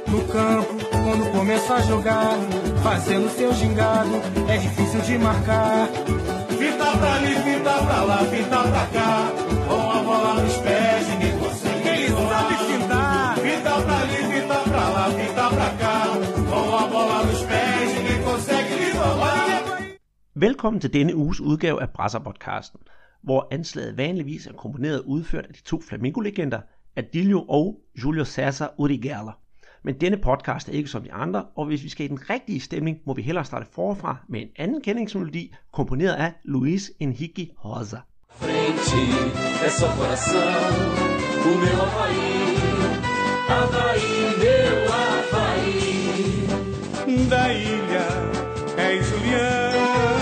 No campo, quando começa a jogar, fazendo seu gingado, é difícil de marcar. Fita pra ali, fita pra lá, fita pra cá, com a bola nos pés, ninguém consegue. Ele sabe fintar. Fita pra ali, fita pra lá, fita pra cá, com a bola nos pés, ninguém consegue lhe roubar. Velkommen til denne uges udgave af Brasser-podcasten, hvor anslaget vanligvis er komponeret og udført af de to Flamengo-legender, Adilho og Julio César Urigaray. Men denne podcast er ikke som de andre, og hvis vi skal i den rigtige stemning, må vi hellere starte forfra med en anden kendingsmelodi, komponeret af Luiz Henrique Rosa. Frente é só coração, o meu Havaí, Havaí, meu Havaí. Da ilha é Julián,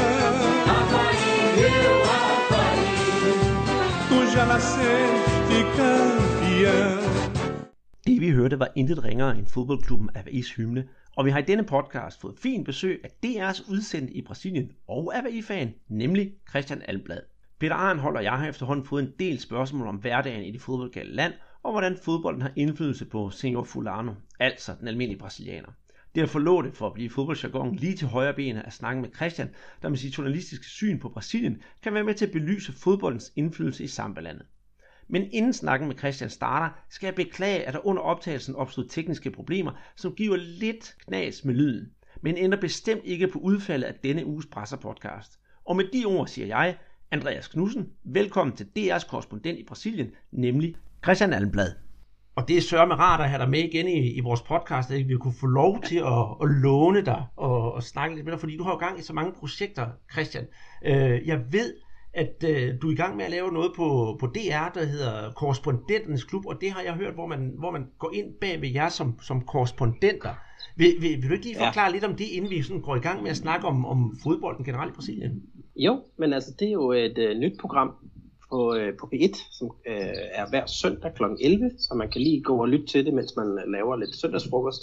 Havaí, meu Havaí. tu já nasceste campeão. Det vi hørte var intet ringere end fodboldklubben Avaís hymne, og vi har i denne podcast fået fint besøg af DR's udsendte i Brasilien og Avaí-fan, nemlig Christian Almblad. Peter Arnhold og jeg har efterhånden fået en del spørgsmål om hverdagen i det fodboldgale land, og hvordan fodbolden har indflydelse på Senhor Fulano, altså den almindelige brasilianer. Derfor lå det for at blive fodboldjargon lige til højre benet at snakke med Christian, der med sit journalistiske syn på Brasilien kan være med til at belyse fodboldens indflydelse i sambalandet. Men inden snakken med Christian starter, skal jeg beklage, at der under optagelsen opstod tekniske problemer, som giver lidt knas med lyden, men ender bestemt ikke på udfaldet af denne uges Brasser-podcast. Og med de ord siger jeg, Andreas Knudsen, velkommen til DR's korrespondent i Brasilien, nemlig Christian Almblad. Og det er sørme rart at have dig med igen i vores podcast, at vi kunne få lov til at låne dig og snakke lidt med dig, fordi du har jo gang i så mange projekter, Christian. Jeg ved, at du er i gang med at lave noget på DR, der hedder Korrespondenternes Klub, og det har jeg hørt, hvor man går ind bag ved jer som korrespondenter. Vil du ikke lige forklare lidt om det, inden vi sådan går i gang med at snakke om fodbolden generelt i Brasilien? Jo, men altså det er jo et nyt program på P1, som er hver søndag kl. 11, så man kan lige gå og lytte til det, mens man laver lidt søndagsfrokost.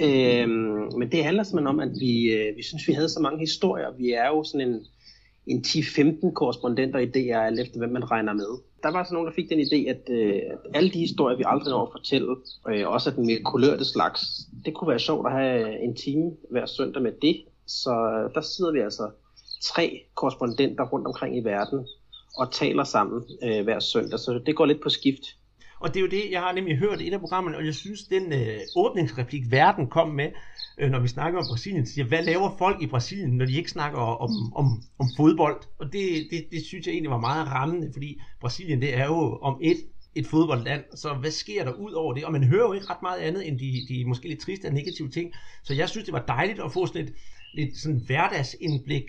Men det handler simpelthen om, at vi synes, vi havde så mange historier. Vi er jo sådan en 10-15 korrespondenter i DR, alt efter hvem man regner med. Der var så nogen, der fik den idé, at alle de historier, vi aldrig når at fortælle, også af den mere kulørte slags, det kunne være sjovt at have en time hver søndag med det. Så der sidder vi altså 3 korrespondenter rundt omkring i verden og taler sammen hver søndag, så det går lidt på skift. Og det er jo det, jeg har nemlig hørt i et af programmerne, og jeg synes, den åbningsreplik, verden kom med, når vi snakker om Brasilien, siger, hvad laver folk i Brasilien, når de ikke snakker om fodbold? Og det synes jeg egentlig var meget rammende, fordi Brasilien, det er jo om et fodboldland, så hvad sker der ud over det? Og man hører jo ikke ret meget andet end de måske lidt triste og negative ting, så jeg synes, det var dejligt at få sådan lidt sådan hverdagsindblik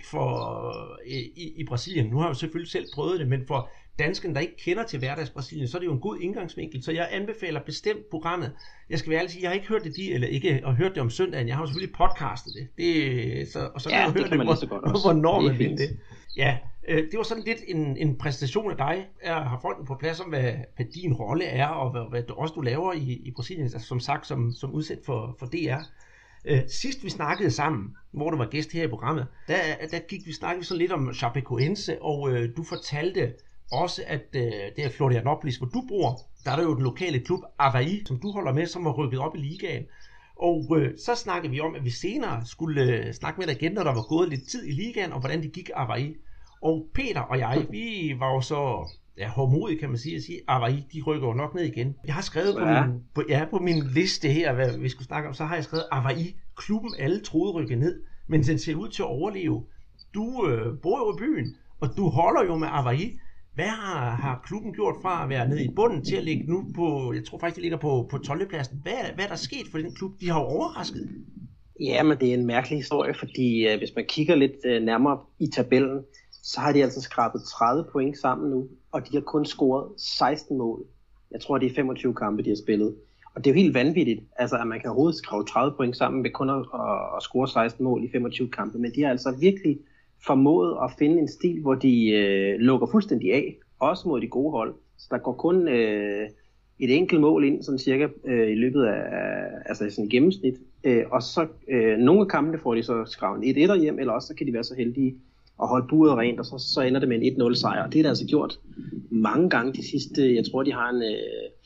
i Brasilien. Nu har jeg jo selvfølgelig selv prøvet det, men for danskerne, der ikke kender til hverdags Brasilien, så er det jo en god indgangsvinkel, så jeg anbefaler bestemt programmet. Jeg skal være ærlig sige, jeg har ikke hørt det eller ikke og hørt det om søndagen. Jeg har jo selvfølgelig podcastet det. Så kan jeg høre det, hvornår man vil det. Ja, det var sådan lidt en præsentation af dig. Jeg har folk på plads om, hvad din rolle er, og hvad du laver i Brasilien, altså, som sagt som udsendt for DR. Sidst vi snakkede sammen, hvor du var gæst her i programmet, der snakkede vi sådan lidt om Chapecoense, og du fortalte også, at det er Florianópolis, hvor du bor, der er der jo den lokale klub Avaí, som du holder med, som var rykket op i ligaen. Og så snakkede vi om, at vi senere skulle snakke med dig igen, når der var gået lidt tid i ligaen, og hvordan det gik Avaí. Og Peter og jeg, vi var jo så hårdmodige, kan man sige, at sige, Avaí, de rykker jo nok ned igen. Jeg har skrevet på min liste her, hvad vi skulle snakke om, så har jeg skrevet Avaí, klubben alle troede rykke ned, men den ser ud til at overleve. Du bor jo i byen, og du holder jo med Avaí. Hvad har klubben gjort fra at være nede i bunden til at ligge nu på, jeg tror faktisk, de ligger på 12. pladsen. Hvad er der sket for den klub? De har jo overrasket. Ja, men det er en mærkelig historie, fordi hvis man kigger lidt nærmere i tabellen, så har de altså skrabet 30 point sammen nu, og de har kun scoret 16 mål. Jeg tror, det er 25 kampe, de har spillet. Og det er jo helt vanvittigt, altså, at man kan overhovedet skrive 30 point sammen med kun at score 16 mål i 25 kampe. Men de har altså virkelig formået at finde en stil, hvor de lukker fuldstændig af, også mod de gode hold. Så der går kun et enkelt mål ind, sådan cirka i løbet af, altså sådan i gennemsnit. Og så nogle af kampene får de så skrevet et etter hjem, eller også så kan de være så heldige at holde buret rent, og så ender det med en 1-0 sejr. Og det er der altså gjort mange gange de sidste, jeg tror de har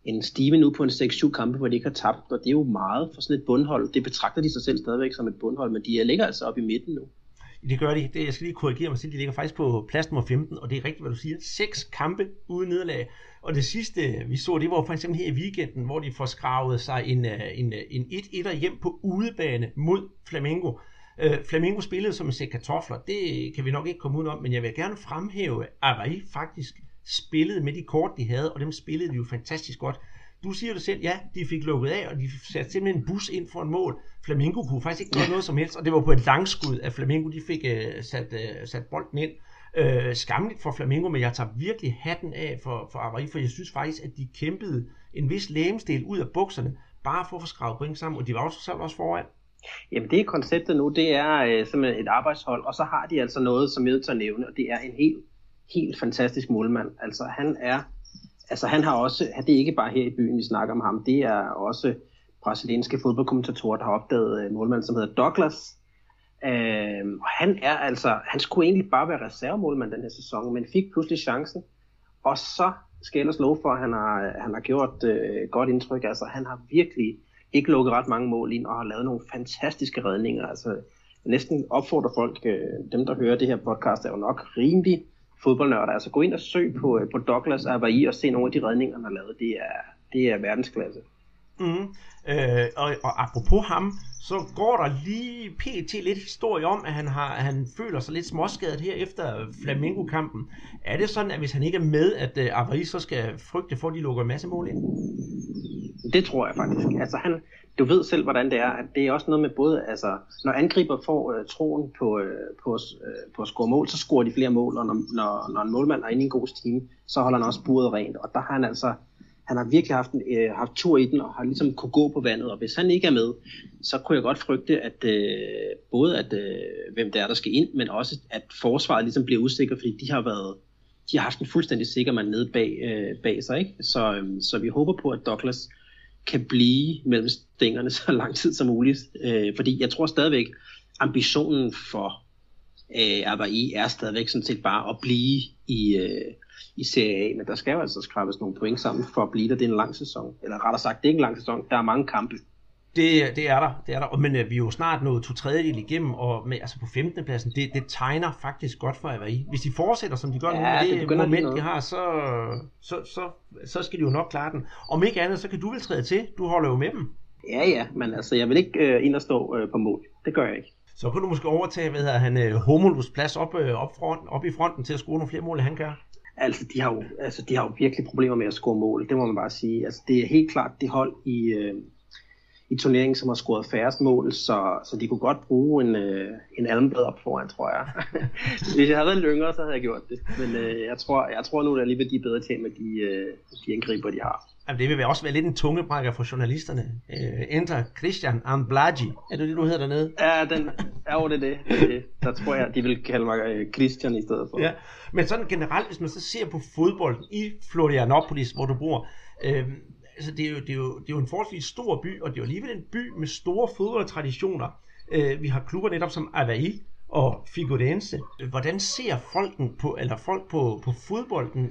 en stime nu på en 6-7 kampe, hvor de ikke har tabt, og det er jo meget for sådan et bundhold. Det betragter de sig selv stadigvæk som et bundhold, men de ligger altså oppe i midten nu. Det gør de. Jeg skal lige korrigere mig selv. De ligger faktisk på plads nummer 15, og det er rigtigt, hvad du siger. 6 kampe uden nederlag. Og det sidste, vi så, det var for eksempel her i weekenden, hvor de får skravet sig en 1-1'er hjem på udebane mod Flamengo. Flamengo spillede som en sæk kartofler. Det kan vi nok ikke komme ud om, men jeg vil gerne fremhæve, at Avaí faktisk spillede med de kort, de havde, og dem spillede de jo fantastisk godt. Du siger det selv, ja, de fik lukket af, og de satte simpelthen en bus ind for en mål. Flamengo kunne faktisk ikke gøre noget som helst, og det var på et langskud, at Flamengo de fik sat bolden ind. Skamligt for Flamengo, men jeg tager virkelig hatten af for Avaí, for jeg synes faktisk, at de kæmpede en vis legemsdel ud af bukserne, bare for at få skravet point sammen, og de var også foran. Jamen det konceptet nu, det er simpelthen et arbejdshold, og så har de altså noget, som jeg er til at nævne, og det er en helt fantastisk målmand. Han har også, det er ikke bare her i byen, vi snakker om ham, det er også brasilianske fodboldkommentatorer, der har opdaget målmand, som hedder Douglas. Og han skulle egentlig bare være reservemålmand den her sæson, men fik pludselig chancen, og så skal jeg ellers love for, at han har gjort godt indtryk. Altså han har virkelig ikke lukket ret mange mål ind, og har lavet nogle fantastiske redninger. Altså jeg næsten opfordrer folk, dem der hører det her podcast, er jo nok rimelig fodboldnørder. Altså gå ind og søg på Douglas Avaí og se nogle af de redninger, han har lavet. Det er verdensklasse. Og apropos ham, så går der lige pt. Lidt historie om, at han føler sig lidt småskadet her efter Flamengo-kampen. Er det sådan, at hvis han ikke er med, at Avaí så skal frygte for, at de lukker en masse mål ind? Det tror jeg faktisk. Altså du ved selv, hvordan det er. At det er også noget med både, altså når angriber får troen på at score mål, så scorer de flere mål, og når en målmand er inde i en god stime, så holder han også buret rent. Og der har han har virkelig haft tur i den, og har ligesom kunne gå på vandet, og hvis han ikke er med, så kunne jeg godt frygte, at hvem det er, der skal ind, men også at forsvaret ligesom bliver usikker, fordi de har haft en fuldstændig sikker mand nede bag sig, ikke? Så vi håber på, at Douglas kan blive mellem stængerne så lang tid som muligt, fordi jeg tror stadigvæk, ambitionen for Avaí er stadigvæk sådan set bare at blive i Serie A, men der skal jo altså skrabes nogle point sammen for at blive der. Det er en lang sæson, eller rettere sagt, det er ikke en lang sæson, der er mange kampe. Det er der, men vi er jo snart nået 2/3 igennem, og altså på 15. pladsen, det tegner faktisk godt for Avaí. Hvis de fortsætter, som de gør nu, med det moment, de har, så skal de jo nok klare den. Om ikke andet, så kan du vel træde til, du holder jo med dem. Ja, men altså, jeg vil ikke ind og stå på mål, det gør jeg ikke. Så kan du måske overtage, Homolus plads op i fronten til at score nogle flere mål, han gør. Altså, de har jo virkelig problemer med at score mål, det må man bare sige. Altså, det er helt klart det hold i turneringen, som har scoret færrest mål, så de kunne godt bruge en almblad op foran, tror jeg. Hvis jeg havde været lidt yngre, så havde jeg gjort det. Men jeg tror nu, at alligevel de er bedre til med de angriber, de har. Jamen, det vil også være lidt en tungebrækker for journalisterne. Enter Christian Amblaji. Er det du hedder dernede? Ja, det er det. Der tror jeg, de vil kalde mig Christian i stedet for. Ja, men sådan generelt, hvis man så ser på fodbold i Florianopolis, hvor du bor, altså det er jo en forholdsvis stor by, og det er jo alligevel en by med store fodboldtraditioner. Vi har klubber netop som Avaí og Figueirense. Hvordan ser folk på fodbolden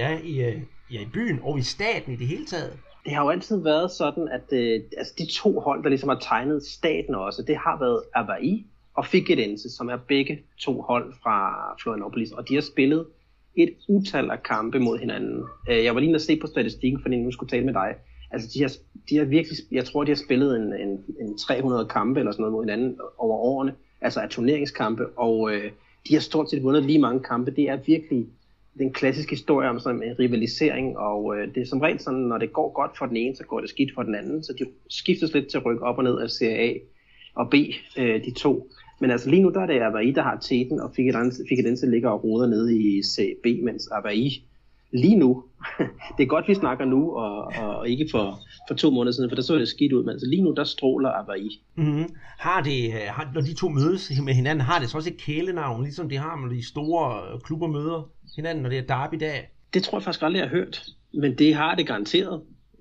i byen og i staten i det hele taget? Det har jo altid været sådan, at de to hold, der ligesom har tegnet staten også, det har været Avaí og Figueirense, som er begge to hold fra Florianopolis, og de har spillet et utal af kampe mod hinanden. Jeg var lige at se på statistikken, fordi jeg nu skulle tale med dig. Altså de har virkelig, jeg tror de har spillet en 300 kampe eller sådan noget mod hinanden over årene, altså af turneringskampe, og de har stort set vundet lige mange kampe. Det er virkelig den klassiske historie om sådan en rivalisering, og det er som regel sådan, når det går godt for den ene, så går det skidt for den anden, så de skiftes lidt til at rykke op og ned af Serie A og B, de to. Men altså lige nu, der er det Avaí, der har teten, og Figueirense ligger og roder nede i CB, mens Avaí lige nu, det er godt, vi snakker nu, og ikke for 2 måneder siden, for der så det skidt ud, men altså lige nu, der stråler Avaí. Mm-hmm. Når de to mødes med hinanden, har det så også et kælenavn, ligesom det har, når de store klubber møder hinanden, når det er derby-dag? Det tror jeg faktisk aldrig, jeg har hørt, men det har det garanteret.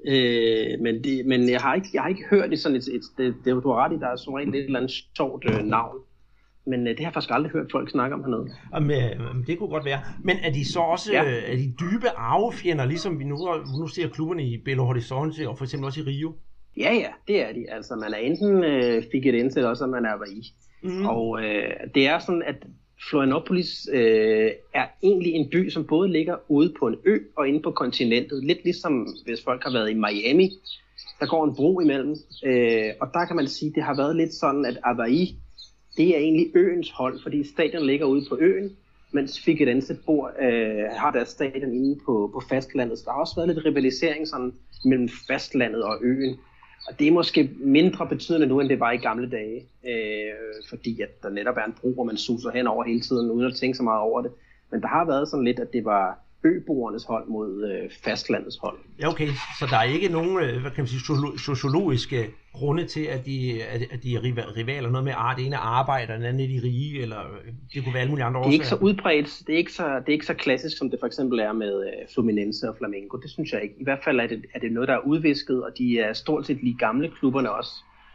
Men jeg har ikke hørt det sådan du har ret i, der er som regel et eller andet sjovt navn. Men det har jeg faktisk aldrig hørt folk snakke om hernede. Det kunne godt være. Men er de så også er de dybe arvefjender, ligesom vi nu ser klubberne i Belo Horizonte og for eksempel også i Rio? Ja, det er de. Altså, man er enten Figueirense, eller også man er Avaí. Og det er sådan, at Florianópolis er egentlig en by, som både ligger ude på en ø og inde på kontinentet. Lidt ligesom hvis folk har været i Miami. Der går en bro imellem. Og der kan man sige, at det har været lidt sådan, at Avaí, det er egentlig øens hold, fordi stadion ligger ude på øen, mens Figueirense har deres stadion inde på fastlandet. Så der har også været lidt rivalisering sådan, mellem fastlandet og øen. Og det er måske mindre betydende nu, end det var i gamle dage, fordi at der netop er en bro, hvor man suser hen over hele tiden, uden at tænke så meget over det. Men der har været sådan lidt, at det var øboernes hold mod fastlandets hold. Ja, okay. Så der er ikke nogen, hvad kan man sige, sociologiske grunde til, at de er rivaler, noget med, det ene arbejder, den anden er de rige, eller det kunne være alle mulige andre årsager. Det er ikke så udbredt, det er ikke så klassisk, som det for eksempel er med Fluminense og Flamengo. Det synes jeg ikke. I hvert fald er det noget, der er udvisket, og de er stort set lige gamle klubberne også.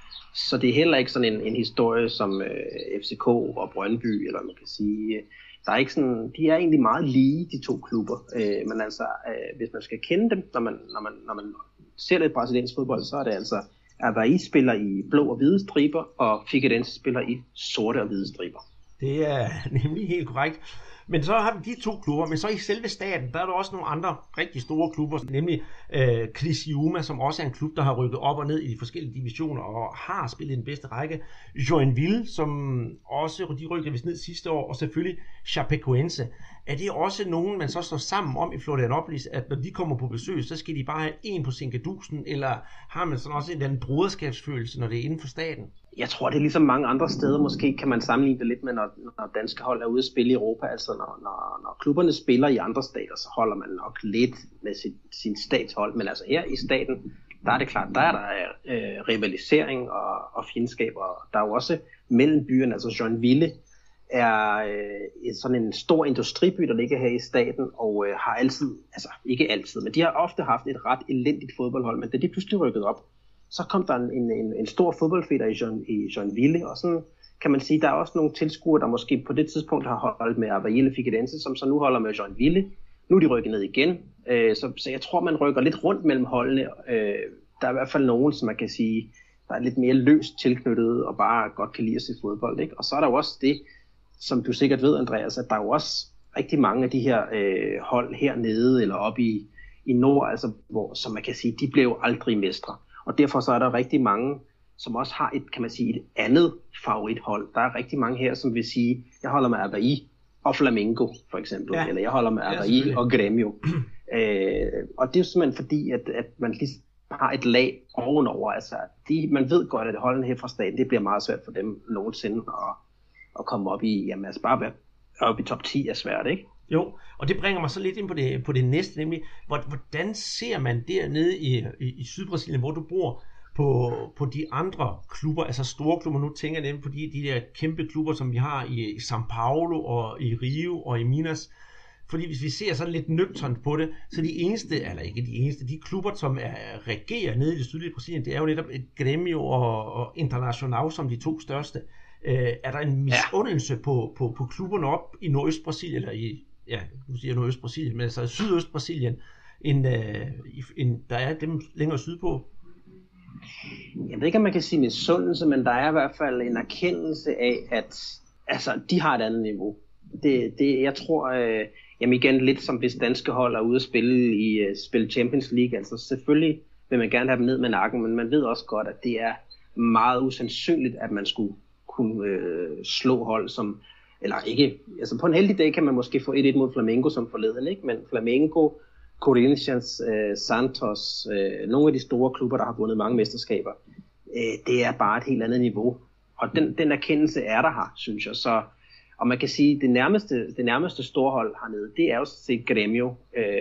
Så det er heller ikke sådan en historie som FCK og Brøndby, eller man kan sige. Der er ikke sådan, de er egentlig meget lige, de to klubber. Men altså, hvis man skal kende dem, når man ser lidt brasiliansk fodbold, så er det altså, Avaí spiller i blå og hvide striber, og Figueirense spiller i sorte og hvide striber. Det er nemlig helt korrekt. Men så har vi de to klubber, men så i selve staten, der er der også nogle andre rigtig store klubber, nemlig Criciúma, som også er en klub, der har rykket op og ned i de forskellige divisioner og har spillet den bedste række. Joinville, som også, de rykkede vist ned sidste år, og selvfølgelig Chapecoense. Er det også nogen, man så står sammen om i Florianópolis, at når de kommer på besøg, så skal de bare have en på Sinkadusen, eller har man sådan også en eller anden broderskabsfølelse, når det er inden for staten? Jeg tror, det er ligesom mange andre steder. Måske kan man sammenligne det lidt med, når danske hold er ude at spille i Europa. Altså når klubberne spiller i andre stater, så holder man nok lidt med sin statshold. Men altså her i staten, der er det klart, der er der rivalisering og fjendskaber. Der er jo også mellem byerne, altså Joinville er sådan en stor industriby, der ligger her i staten, og har altid, altså ikke altid, men de har ofte haft et ret elendigt fodboldhold. Men da de pludselig rykkede op, så kom der en stor fodboldfætter i Joinville, og sådan kan man sige, der er også nogle tilskuere, der måske på det tidspunkt har holdt med Avaí eller Figueirense, som så nu holder med Joinville. Nu er de rykket ned igen, så jeg tror, man rykker lidt rundt mellem holdene. Der er i hvert fald nogen, som man kan sige, der er lidt mere løst tilknyttet og bare godt kan lide at se fodbold, ikke? Og så er der jo også det, som du sikkert ved, Andreas, at der er jo også rigtig mange af de her hold hernede eller oppe i nord, altså som man kan sige, de blev aldrig mestre. Og derfor så er der rigtig mange, som også har et andet favorithold. Der er rigtig mange her, som vil sige, jeg holder med Avaí og Flamengo, for eksempel. Ja. Eller jeg holder med Avaí og Grêmio. Og det er simpelthen fordi, at man ligesom har et lag ovenover. Altså, man ved godt, at holdene her fra staten, det bliver meget svært for dem nogensinde at komme op i, jamen altså bare være op i top 10 er svært, ikke? Jo, og det bringer mig så lidt ind på det næste, nemlig, hvordan ser man dernede i Sydbrasilien, hvor du bor, på de andre klubber, altså store klubber? Nu tænker jeg nemlig på de der kæmpe klubber, som vi har i São Paulo og i Rio og i Minas. Fordi hvis vi ser sådan lidt nøgternt på det, så de klubber, som regerer nede i det sydlige Brasilien, det er jo netop Grêmio og Internacional som de to største. Er der en misundelse på klubberne op i Nordøst-Brasilien, eller nu siger jeg Nordøst-Brasilien, men altså Sydøst-Brasilien, end der er dem længere sydpå? Jeg ved ikke, om man kan sige misundelse, men der er i hvert fald en erkendelse af, at altså, de har et andet niveau. Jeg tror, jamen igen, lidt som hvis danske hold er ude at spille Champions League, altså selvfølgelig vil man gerne have dem ned med nakken, men man ved også godt, at det er meget usandsynligt, at man skulle kunne slå hold som, eller ikke, altså på en heldig dag kan man måske få 1-1 mod Flamengo som forleden, ikke? Men Flamengo, Corinthians, Santos, nogle af de store klubber, der har vundet mange mesterskaber, det er bare et helt andet niveau. Og den erkendelse er der her, synes jeg. Så, og man kan sige, det nærmeste storhold hernede, det er jo set Grêmio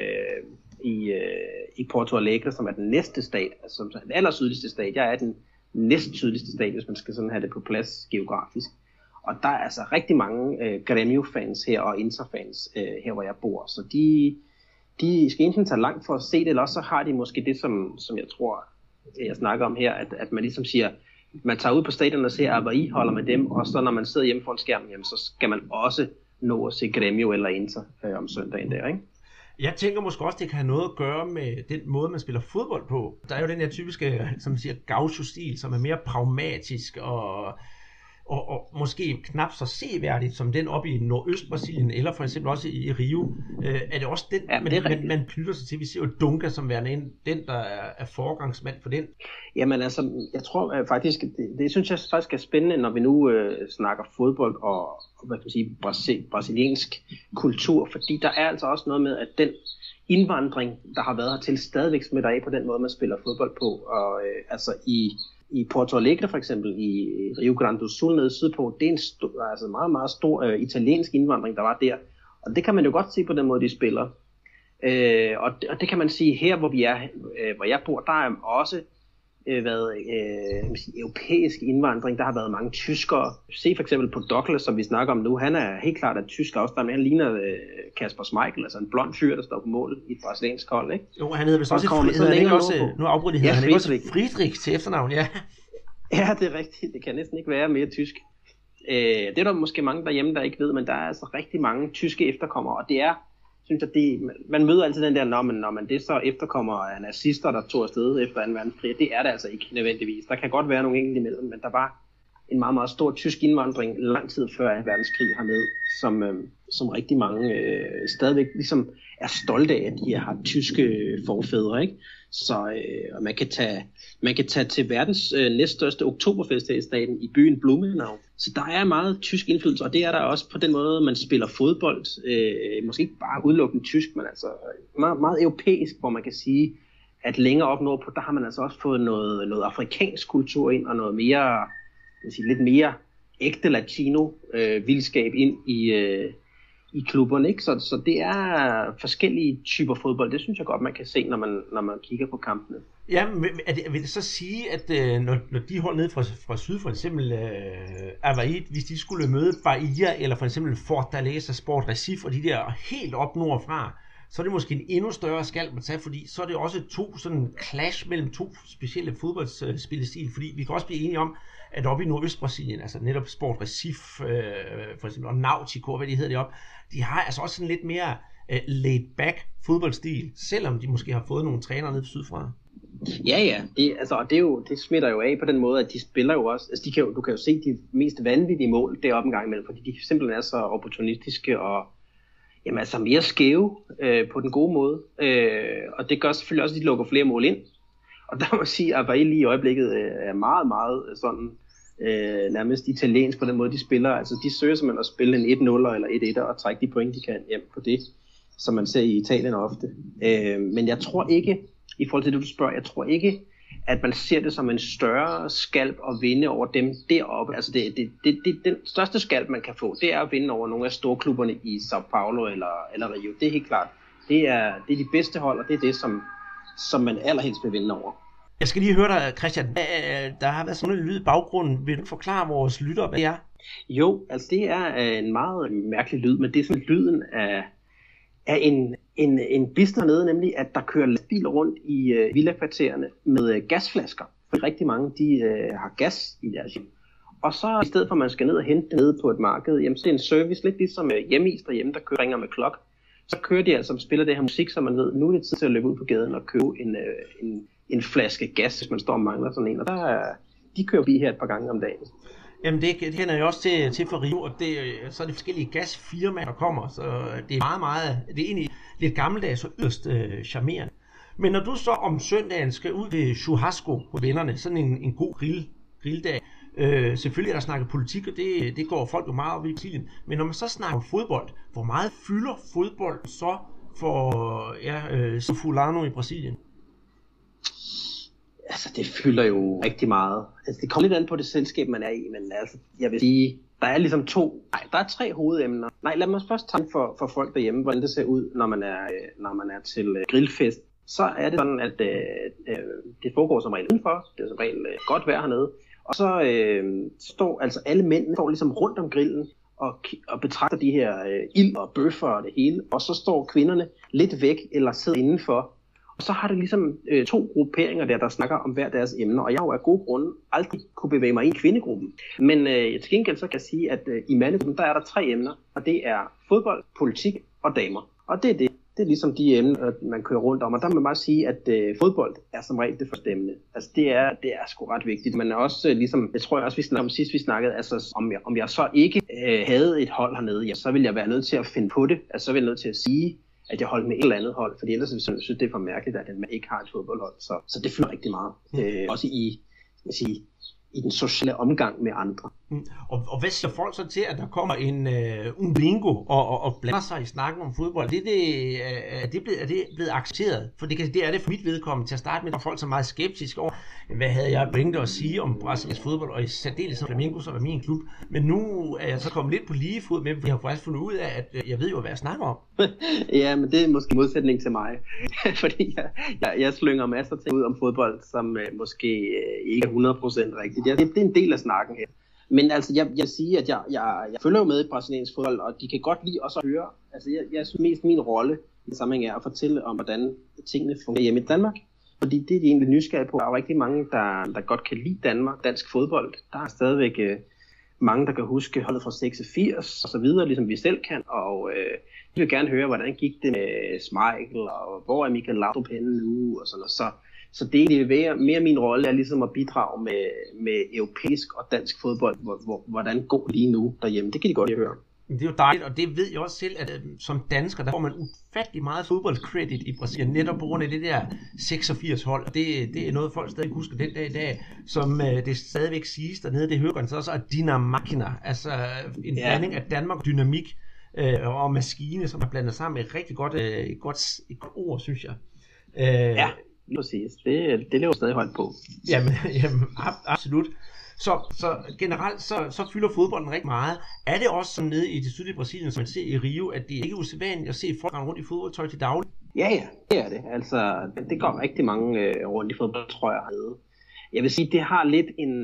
i Porto Alegre, som er den næste stat, altså den allersydligste stat. Jeg er den næst sydligste stat, hvis man skal sådan have det på plads geografisk. Og der er altså rigtig mange Grêmio-fans her og Inter-fans her, hvor jeg bor. Så de skal enten tage langt for at se det, eller også så har de måske det, som jeg tror, jeg snakker om her, at man ligesom siger, man tager ud på stadion og ser Avaí, holder med dem, og så når man sidder hjemme foran skærmen, jamen, så skal man også nå at se Grêmio eller Inter om søndagen der, ikke? Jeg tænker måske også, det kan have noget at gøre med den måde, man spiller fodbold på. Der er jo den her typiske, som man siger, gaucho-stil, som er mere pragmatisk og måske knap så seværdigt som den oppe i Nordøst-Brasilien, eller for eksempel også i Rio. Er det også den, man knytter sig til? Vi ser jo Dunga som værende den, der er foregangsmand for den. Jamen altså, jeg tror faktisk, det synes jeg faktisk er spændende, når vi nu snakker fodbold og hvad kan man sige, brasiliansk kultur, fordi der er altså også noget med, at den indvandring, der har været hertil, stadigvæk smitter af på den måde, man spiller fodbold på, og altså i Porto Alegre for eksempel, i Rio Grande do Sul nede sydpå, det er en meget, meget stor italiensk indvandring, der var der. Og det kan man jo godt se på den måde, de spiller. Og det kan man sige her, hvor jeg bor, der er også været europæisk indvandring. Der har været mange tyskere. Se for eksempel på Douglas, som vi snakker om nu. Han er helt klart af tysk afstamning. Han ligner Kasper Schmeichel, altså en blond fyr, der står på mål i et brasiliansk hold, ikke? Jo, han hedder vist også Friedrich til efternavn, ja. Ja, det er rigtigt. Det kan næsten ikke være mere tysk. Det er der måske mange derhjemme, der ikke ved, men der er altså rigtig mange tyske efterkommere, og det er, synes jeg, man møder altid den der, når man det så efterkommer af nazister, der tog afsted efter 2. verdenskrig. Det er det altså ikke nødvendigvis. Der kan godt være nogle enkelte imellem, men der var en meget, meget stor tysk indvandring lang tid før 2. verdenskrig hernede, som rigtig mange stadigvæk ligesom er stolte af, at de har tyske forfædre, ikke? Så man kan tage til verdens næststørste oktoberfest her i staten i byen Blumenau. Så der er meget tysk indflydelse, og det er der også på den måde, man spiller fodbold. Måske ikke bare udelukkende tysk, men altså meget, meget europæisk, hvor man kan sige, at længere op nordpå, der har man altså også fået noget afrikansk kultur ind, og noget mere, lidt mere ægte latino-vildskab ind i klubberne, ikke? Så det er forskellige typer fodbold. Det synes jeg godt, man kan se, når man kigger på kampene. Ja, vil det så sige, at når de hold ned fra syd, for eksempel Avaí, hvis de skulle møde Bahia, eller for eksempel Fortaleza Sport Recife, og de der helt op nordfra, så er det måske en endnu større skal at tage, fordi så er det også to sådan clash mellem to specielle fodboldspillestil, fordi vi kan også blive enige om, at oppe i Nordøst-Brasilien, altså netop Sport Recife, for eksempel, og Náutico, hvad de hedder deroppe, de har altså også sådan lidt mere laid-back fodboldstil, selvom de måske har fået nogle trænere ned sydfra. Ja, det smitter jo af på den måde, at de spiller jo også, altså du kan jo se de mest vanvittige mål deroppe en gang imellem, fordi de simpelthen er så opportunistiske og jamen, altså mere skæve på den gode måde, og det gør selvfølgelig også, at de lukker flere mål ind. Og der må jeg sige, at Avaí lige i øjeblikket er meget, meget sådan nærmest italiensk på den måde, de spiller. Altså de søger simpelthen at spille en 1-0 eller 1-1 og trække de point, de kan hjem på det, som man ser i Italien ofte. Men jeg tror ikke, i forhold til det, du spørger, jeg tror ikke, at man ser det som en større skalp at vinde over dem deroppe. Altså den største skalp, man kan få, det er at vinde over nogle af storklubberne i São Paulo eller Rio. Det er helt klart. Det er de bedste hold, og det er det, som man allerhelst vil vinde over. Jeg skal lige høre dig, Christian. Der har været sådan en lyd i baggrunden. Vil du forklare vores lytter, hvad det er? Jo, altså det er en meget mærkelig lyd, men det er sådan lyden af en business nede, nemlig at der kører lastbiler rundt i villakvartererne med gasflasker. For rigtig mange, de har gas i deres hjem. Og så i stedet for, at man skal ned og hente det nede på et marked, jamen så er det en service, lidt ligesom hjemmeis derhjemme, der ringer med klok. Så kører de altså og spiller det her musik, så man ved, nu er det tid til at løbe ud på gaden og købe en flaske gas, hvis man står og mangler sådan en. Og de kører vi her et par gange om dagen. Jamen det kender jeg også til for Rio, og så er det forskellige gasfirmaer, der kommer, så det er meget, det er egentlig lidt gammeldags og yderst charmerende. Men når du så om søndagen skal ud ved churrasco på vennerne, sådan en god grilldag, selvfølgelig er der snakket politik, og det går folk jo meget op i Brasilien, men når man så snakker om fodbold, hvor meget fylder fodbold så for fulano i Brasilien? Altså, det fylder jo rigtig meget. Altså, det kommer lidt an på det selskab, man er i, men altså, jeg vil sige, der er ligesom der er 3 hovedemner. Nej, lad mig først tage for folk derhjemme, hvordan det ser ud, når man er til grillfest. Så er det sådan, at det foregår som regel udenfor. Det er som regel godt vejr hernede. Og så står altså alle mændene ligesom rundt om grillen og betragter de her ild og bøffer og det hele. Og så står kvinderne lidt væk eller sidder indenfor Så har det ligesom 2 grupperinger der snakker om hver deres emner, og jeg har jo af gode grunde aldrig kunne bevæge mig i kvindegruppen. Men til gengæld så kan jeg sige, at i mandegruppen, der er der 3 emner, og det er fodbold, politik og damer. Og det er det. Det er ligesom de emner, man kører rundt om, og der må man bare sige, at fodbold er som regel det første emne. Altså det er sgu ret vigtigt, men også ligesom, det tror jeg også, vi snakkede om sidst vi snakkede, altså om jeg så ikke havde et hold hernede, ja, så ville jeg være nødt til at finde på det, altså så ville jeg nødt til at sige, at jeg holdt med et eller andet hold, fordi ellers synes det er for mærkeligt, at man ikke har et fodboldhold, så det fylder rigtig meget, også i den sociale omgang med andre. Og hvad siger folk så til, at der kommer en bingo og blander sig i snakken om fodbold? Er det blevet accepteret? For det er det for mit vedkommende til at starte med, at folk er meget skeptiske over, hvad havde jeg bringet at sige om brasiliansk fodbold, og i særdeleshed Flamengo, som er min klub. Men nu er jeg så kommet lidt på lige fod med, for jeg har faktisk fundet ud af, at jeg ved jo, hvad jeg snakker om. Ja, men det er måske modsætning til mig. Fordi jeg slynger masser ting ud om fodbold, som måske ikke er 100% rigtigt. Det er en del af snakken her. Men altså, jeg siger, at jeg følger jo med i brasiliansk fodbold, og de kan godt lide også at høre. Altså, jeg synes mest min rolle i sammenhæng er at fortælle om, hvordan tingene fungerer hjemme i Danmark. Fordi det er de egentlig nysgerrige på. Der er jo rigtig mange, der godt kan lide Danmark, dansk fodbold. Der er stadigvæk mange, der kan huske holdet fra 86 og så videre, ligesom vi selv kan. Og de vil gerne høre, hvordan gik det med Schmeichel, og hvor er Michael Laudrup henne nu, og sådan noget. Så det er egentlig mere min rolle er ligesom at bidrage med europæisk og dansk fodbold, hvordan går det lige nu derhjemme. Det kan de godt høre. Det er jo dejligt, og det ved jeg også selv, at som dansker, der får man ufattelig meget fodboldcredit i Brasilien, netop på grund af det der 86-hold. Og det er noget, folk stadig husker den dag i dag, som det stadigvæk siges dernede, det hører man så også, at Dinamarca, altså en blanding af Danmark dynamik og maskine, som er blandet sammen med et rigtig godt ord, synes jeg. Ja. Præcis. Det lever stadig højt på. Jamen absolut. Så generelt så fylder fodbolden rigtig meget. Er det også sådan nede i det sydlige Brasilien, som man ser i Rio, at det ikke er usædvanligt at se folk rundt i fodboldtøj til daglig? Ja, det er det. Altså, det går rigtig mange rundt i fodboldtrøjer hernede. Jeg vil sige, det har lidt en...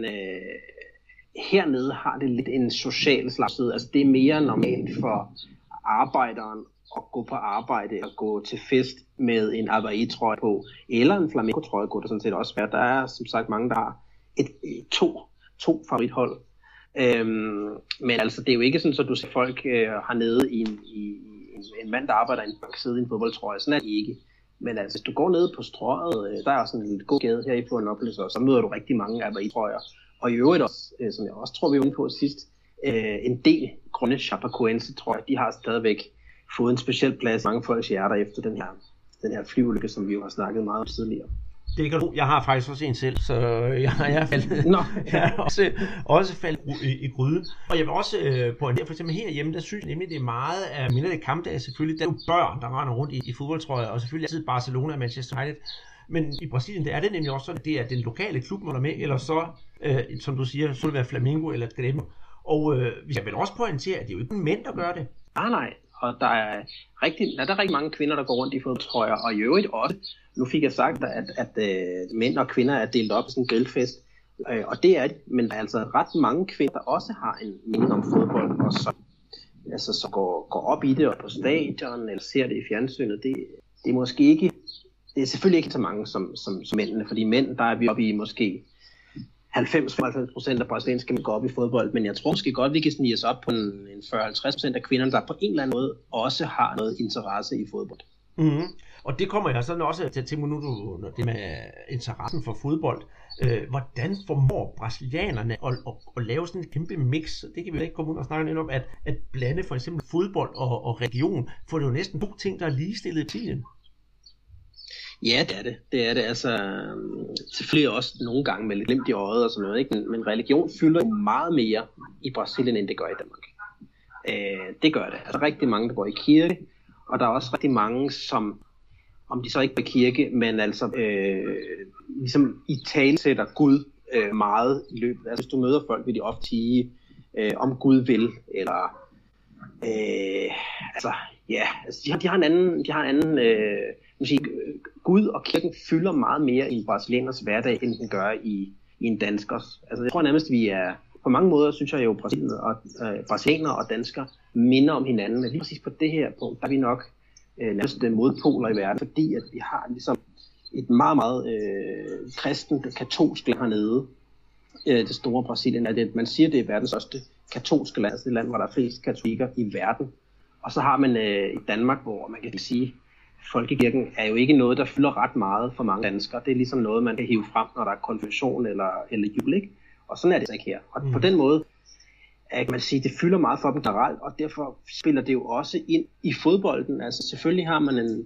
hernede har det lidt en social slags side. Altså, det er mere normalt for arbejderen at gå på arbejde og gå til fest med en Avaí-trøje på, eller en Flamengo-trøje kunne der sådan set også være. Der er som sagt mange, der har to favorithold. Men altså, det er jo ikke sådan, at du ser folk hernede i en mand, der arbejder i en bank, sidde i en fodboldtrøje. Sådan er det ikke. Men altså, hvis du går ned på strøget, der er også en god gade her i Florianópolis, og så møder du rigtig mange Avaí-trøjer. Og i øvrigt også, som jeg også tror, vi var inde på sidst, en del grunde Chapecoense, tror jeg, de har stadigvæk fået en speciel plads i mange folks hjerter efter den her flyulykke, som vi jo har snakket meget om tidligere. Det kan du. Jeg har faktisk også en selv, så jeg har også faldet i gryden. Og jeg vil også pointere, for eksempel herhjemme, der synes jeg nemlig, det er meget af mindre det kampdage selvfølgelig. Der er jo børn, der render rundt i fodboldtrøjer, og selvfølgelig altid Barcelona og Manchester United. Men i Brasilien, der er det nemlig også sådan, at det er den lokale klub, man er med, eller så, som du siger, så vil det være Flamengo eller Grêmio. Og jeg vil også pointere, at det er jo ikke mænd, der gør det. Nej. Og der er rigtig mange kvinder, der går rundt i fodboldtrøjer, og i øvrigt også, nu fik jeg sagt, at mænd og kvinder er delt op i sådan en grillfest, og det er det, men der er altså ret mange kvinder, der også har en mening om fodbold, og så går op i det og på stadion, eller ser det i fjernsynet. Det er måske ikke, det er selvfølgelig ikke så mange som mændene, fordi mænd, der er vi oppe i måske 90-95% af brasilianske mænd går op i fodbold, men jeg tror måske godt, vi kan snige os op på en 40-50% af kvinderne, der på en eller anden måde også har noget interesse i fodbold. Mm-hmm. Og det kommer jeg sådan også til nu, det med interessen for fodbold. Hvordan formår brasilianerne at lave sådan et kæmpe mix? Det kan vi ikke komme ud og snakke lidt om, at blande for eksempel fodbold og religion, for det er jo næsten 2 ting, der er ligestillet i tiden. Ja, det er det. Det er det. Altså, selvfølgelig også nogle gange med lidt glimt i øjet og sådan noget, ikke? Men religion fylder jo meget mere i Brasilien, end det gør i Danmark. Det gør det. Altså rigtig mange, der går i kirke, og der er også rigtig mange, som, om de så ikke går i kirke, men altså ligesom i talesætter Gud meget i løbet. Altså hvis du møder folk, vil de ofte sige, om Gud vil, eller de har en anden Gud og kirken fylder meget mere i en brasilianers hverdag, end den gør i en danskers. Altså jeg tror nærmest, vi er, på mange måder synes jeg jo, brasilianere og danskere minder om hinanden, men lige præcis på det her punkt, der er vi nok nærmest modpoler i verden, fordi at vi har ligesom et meget, meget kristent, katolsk land hernede. Det store Brasilien, man siger, det er verdens største katolske land, altså det land, hvor der er flest katolikker i verden. Og så har man i Danmark, hvor man kan sige, folkekirken er jo ikke noget, der fylder ret meget for mange danskere. Det er ligesom noget, man kan hive frem, når der er konfirmation eller jul, ikke? Og sådan er det ikke her. Og på den måde, kan man sige, det fylder meget for dem generelt, og derfor spiller det jo også ind i fodbolden. Altså selvfølgelig har man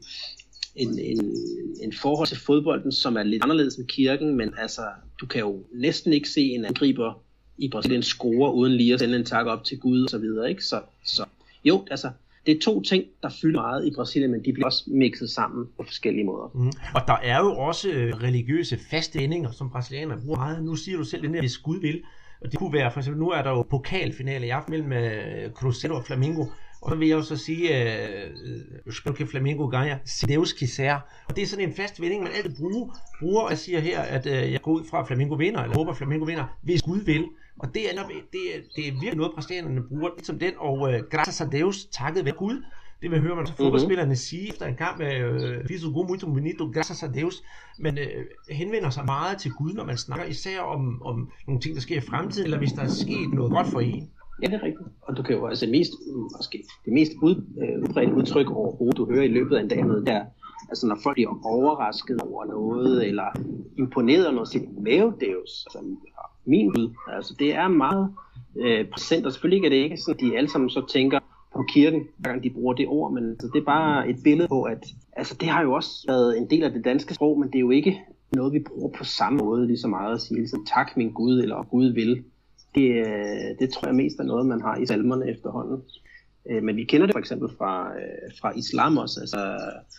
en forhold til fodbolden, som er lidt anderledes end kirken, men altså, du kan jo næsten ikke se en angriber i Brasilien score, uden lige at sende en tak op til Gud og så videre, ikke? Så jo, altså, det er to ting, der fylder meget i Brasilien, men de bliver også mixet sammen på forskellige måder. Og der er jo også religiøse faste endinger, som brasilianerne bruger meget. Nu siger du selv, den der, hvis Gud vil. Og det kunne være, for eksempel, nu er der jo pokalfinale i aften mellem Cruzeiro og Flamengo. Og så vil jeg jo så sige, spil que Flamengo ganha, se Deus quiser. Og det er sådan en fast vending, man altid bruger og siger her, at jeg går ud fra, at Flamengo vinder, eller håber, at Flamengo vinder, hvis Gud vil. Og det er virkelig noget, brasilianerne bruger, ligesom den, og graças a Deus, takket ved Gud. Det vil høre man så fodboldspillerne sige efter en kamp med fiz o gol muito bonito, graças a Deus. Men henvender sig meget til Gud, når man snakker især om nogle ting, der sker i fremtiden, eller hvis der er sket noget godt for en. Ja, det er rigtigt. Og du kan jo altså det mest udbredte udtryk overhovedet, du hører i løbet af en dag noget der, altså når folk bliver overrasket over noget, eller imponeret over noget, siger meu Deus, altså min Gud. Altså det er meget præsent, og selvfølgelig er det ikke sådan, de alle sammen så tænker på kirken, hver gang de bruger det ord, men altså, det er bare et billede på, at altså, det har jo også været en del af det danske sprog, men det er jo ikke noget, vi bruger på samme måde, lige så meget at sige, ligesom, tak min Gud, eller Gud vil. Det tror jeg mest er noget, man har i salmerne efterhånden. Men vi kender det for eksempel fra islam også, altså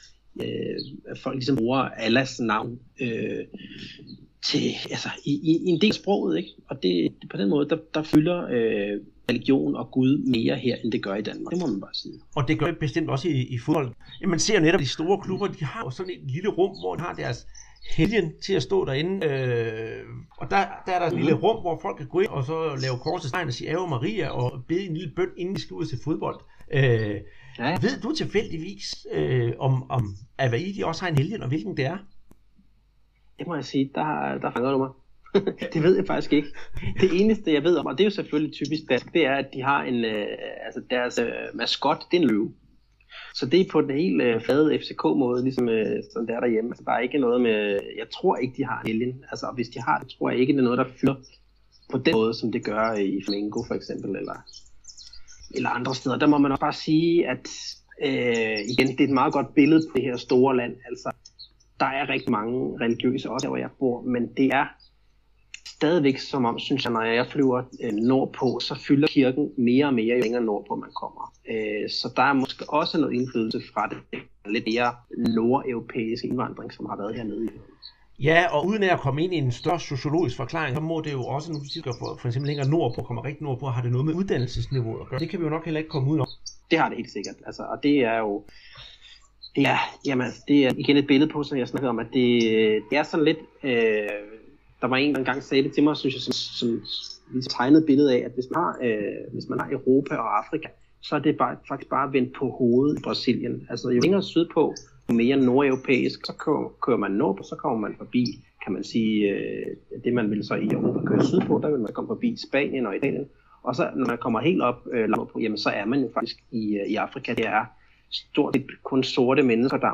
folk ligesom bruger Allahs navn til, altså, i en del af sproget, ikke? Og det på den måde, der fylder religion og Gud mere her, end det gør i Danmark. Det må man bare sige. Og det gør det bestemt også i fodbold. Ja, man ser netop de store klubber, de har jo sådan et lille rum, hvor de har deres helgen til at stå derinde. Og der er der et lille rum, hvor folk kan gå ind og så lave korsets tegn og sige Ave Maria og bede en lille bøn, inden de skal ud til fodbold. Ja. Ved du tilfældigvis, om Avaí de også har en helgen, og hvilken det er? Det må jeg sige, der fanger du mig. Det ved jeg faktisk ikke. Det eneste jeg ved om, og det er jo selvfølgelig typisk dansk, det er at de har en, altså deres maskot, det er en løve. Så det er på den helt flade FCK-måde, ligesom sådan der derhjemme. Altså der er ikke noget med, jeg tror ikke de har en alien. Altså hvis de har det, tror jeg ikke det er noget der fylder på den måde, som det gør i Flamengo for eksempel, eller andre steder. Der må man også bare sige, at igen, det er et meget godt billede på det her store land. Altså der er rigtig mange religiøse også, hvor jeg bor, men det er stadigvæk som om, synes jeg, når jeg flyver nordpå, så fylder kirken mere og mere, jo længere nordpå man kommer. Så der er måske også noget indflydelse fra det lidt mere nordeuropæiske indvandring, som har været hernede. Ja, og uden at komme ind i en større sociologisk forklaring, så må det jo også, nu siger for eksempel længere nordpå, kommer rigtig nordpå, har det noget med uddannelsesniveauet at gøre. Det kan vi jo nok heller ikke komme ud om. Det har det helt sikkert, altså, og det er jo, det er igen et billede på, som jeg snakkede om, at det er sådan lidt, der var en, der engang sagde det til mig, synes jeg, som tegnede billede af, at hvis man har Europa og Afrika, så er det faktisk bare vendt på hovedet i Brasilien. Altså jo længere sydpå, jo mere nordeuropæisk, så kører man nordpå, så kommer man forbi, kan man sige, det man vil så i Europa køre sydpå, der vil man komme forbi Spanien og Italien. Og så når man kommer helt op nordpå, jamen så er man jo faktisk i Afrika. Det er stort set kun sorte mennesker, der er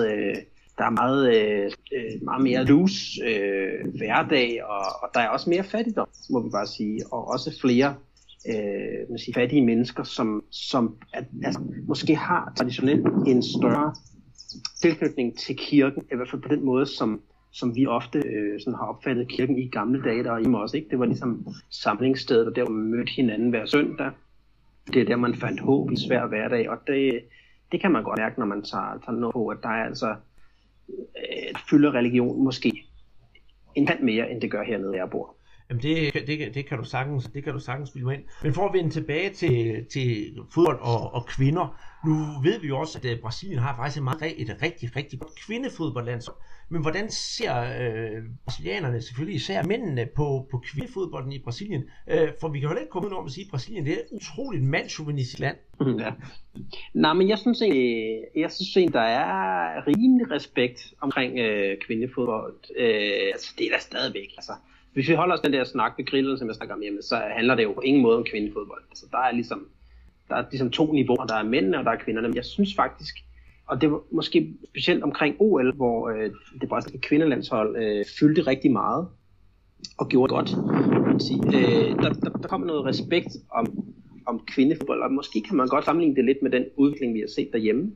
meget mere loose hverdag, og der er også mere fattigdom, må vi bare sige, og også flere fattige mennesker, som altså, måske har traditionelt en større tilknytning til kirken, i hvert fald på den måde, som vi ofte sådan har opfattet kirken i gamle dage, der hjemme også, ikke? Det var ligesom samlingsstedet, og der hvor man mødte hinanden hver søndag. Det er der, man fandt håb i svær hverdag, og det kan man godt mærke, når man tager noget på, at der er altså fylder religion måske en tand mere, end det gør hernede, jeg bor. Jamen det kan du sagtens bilde mig ind. Men for at vende tilbage til fodbold og kvinder, nu ved vi jo også, at Brasilien har faktisk et rigtig godt kvindefodboldlandshold. Men hvordan ser brasilianerne, selvfølgelig især mændene, på kvindefodbolden i Brasilien? For vi kan jo ikke komme ud om at sige, at Brasilien det er et utroligt mandsjuvenistisk land. Ja. Nej, men jeg synes egentlig, der er rimelig respekt omkring kvindefodbold. Altså, det er der stadigvæk. Altså, hvis vi holder os den der snak ved grillen, som jeg snakker om hjemme, så handler det jo på ingen måde om kvindefodbold. Altså, der er ligesom to niveauer. Der er mændene, og der er kvinderne. Men jeg synes faktisk, og det var måske specielt omkring OL, hvor det brasilianske kvindelandshold fyldte rigtig meget og gjorde godt, kan man sige. Der kom noget respekt om kvindefodbold, og måske kan man godt sammenligne det lidt med den udvikling, vi har set derhjemme.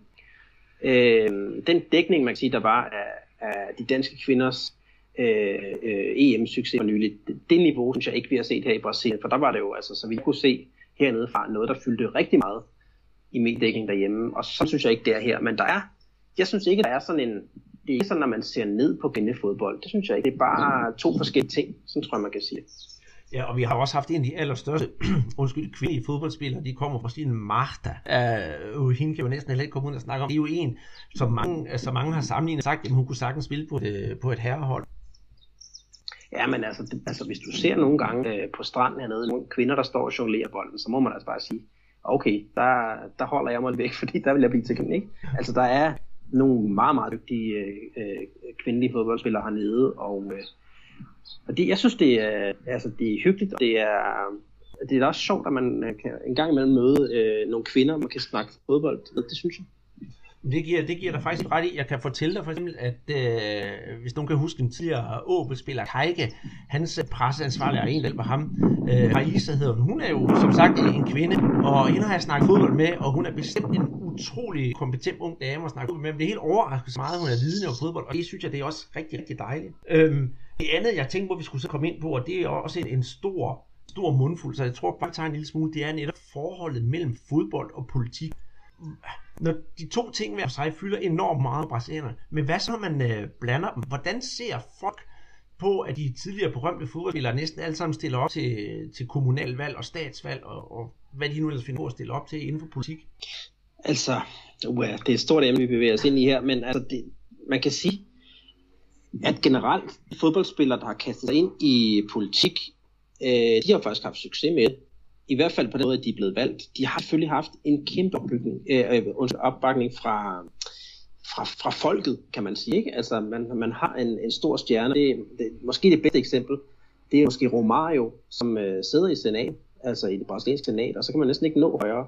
Den dækning, man kan sige, der var af de danske kvinders EM-succes for nylig, det niveau, synes jeg ikke, vi har set her i Brasilien, for der var det jo, altså, så vi kunne se hernede fra noget, der fyldte rigtig meget i mediedækningen derhjemme, og så synes jeg ikke, det er her, men jeg synes ikke, der er sådan en, det er ikke sådan, når man ser ned på kvindefodbold, det synes jeg ikke, det er bare to forskellige ting, sådan tror jeg, man kan sige. Ja, og vi har også haft en af de allerstørste kvindelige fodboldspillere, de kommer fra Brasilien, Marta. Hende kan jo næsten heller ikke komme ud og snakke om. Det er jo en, som mange har sammenlignet og sagt, at hun kunne sagtens spille på et herrehold. Ja, men altså hvis du ser nogle gange på stranden hernede, nogle kvinder, der står og jonglerer bolden, så må man altså bare sige, okay, der holder jeg mig væk, fordi der vil jeg blive til kvind, ikke? Altså der er nogle meget, meget dygtige kvindelige fodboldspillere hernede, og jeg synes, det er hyggeligt, og det er også sjovt, at man kan en gang imellem møde nogle kvinder, man kan snakke fodbold. Det synes jeg. Det giver dig faktisk ret i. Jeg kan fortælle dig for eksempel, at hvis nogen kan huske en tidligere OB-spiller, Kajke, hans presseansvarlige og en hjælper ham, Raisa hedder hun er jo som sagt en kvinde, og hende har jeg snakket fodbold med, og hun er bestemt en utrolig kompetent ung dame at snakke fodbold med, men det er helt overraskende så meget, hun er vidende om fodbold, og det synes jeg, det er også rigtig, rigtig dejligt. Det andet, jeg tænkte på, vi skulle så komme ind på, og det er også en stor mundfuld, så jeg tror bare, at tager en lille smule, det er netop forholdet mellem fodbold og politik. Når de to ting hver sig fylder enormt meget brasilianerne, men hvad så når man blander dem? Hvordan ser folk på, at de tidligere berømte fodboldspillere næsten alle sammen stiller op til kommunalvalg og statsvalg, og hvad de nu ellers finder på at stille op til inden for politik? Altså, det er et stort emne, vi bevæger os ind i her, men altså man kan sige, at generelt fodboldspillere, der har kastet sig ind i politik, de har faktisk haft succes med det. I hvert fald på den måde, at de er blevet valgt. De har selvfølgelig haft en kæmpe opbakning fra folket, kan man sige. Ikke? Altså, man har en stor stjerne. Det måske det bedste eksempel, det er måske Romario, som sidder i senat, altså i det brasilianske senat, og så kan man næsten ikke nå højere.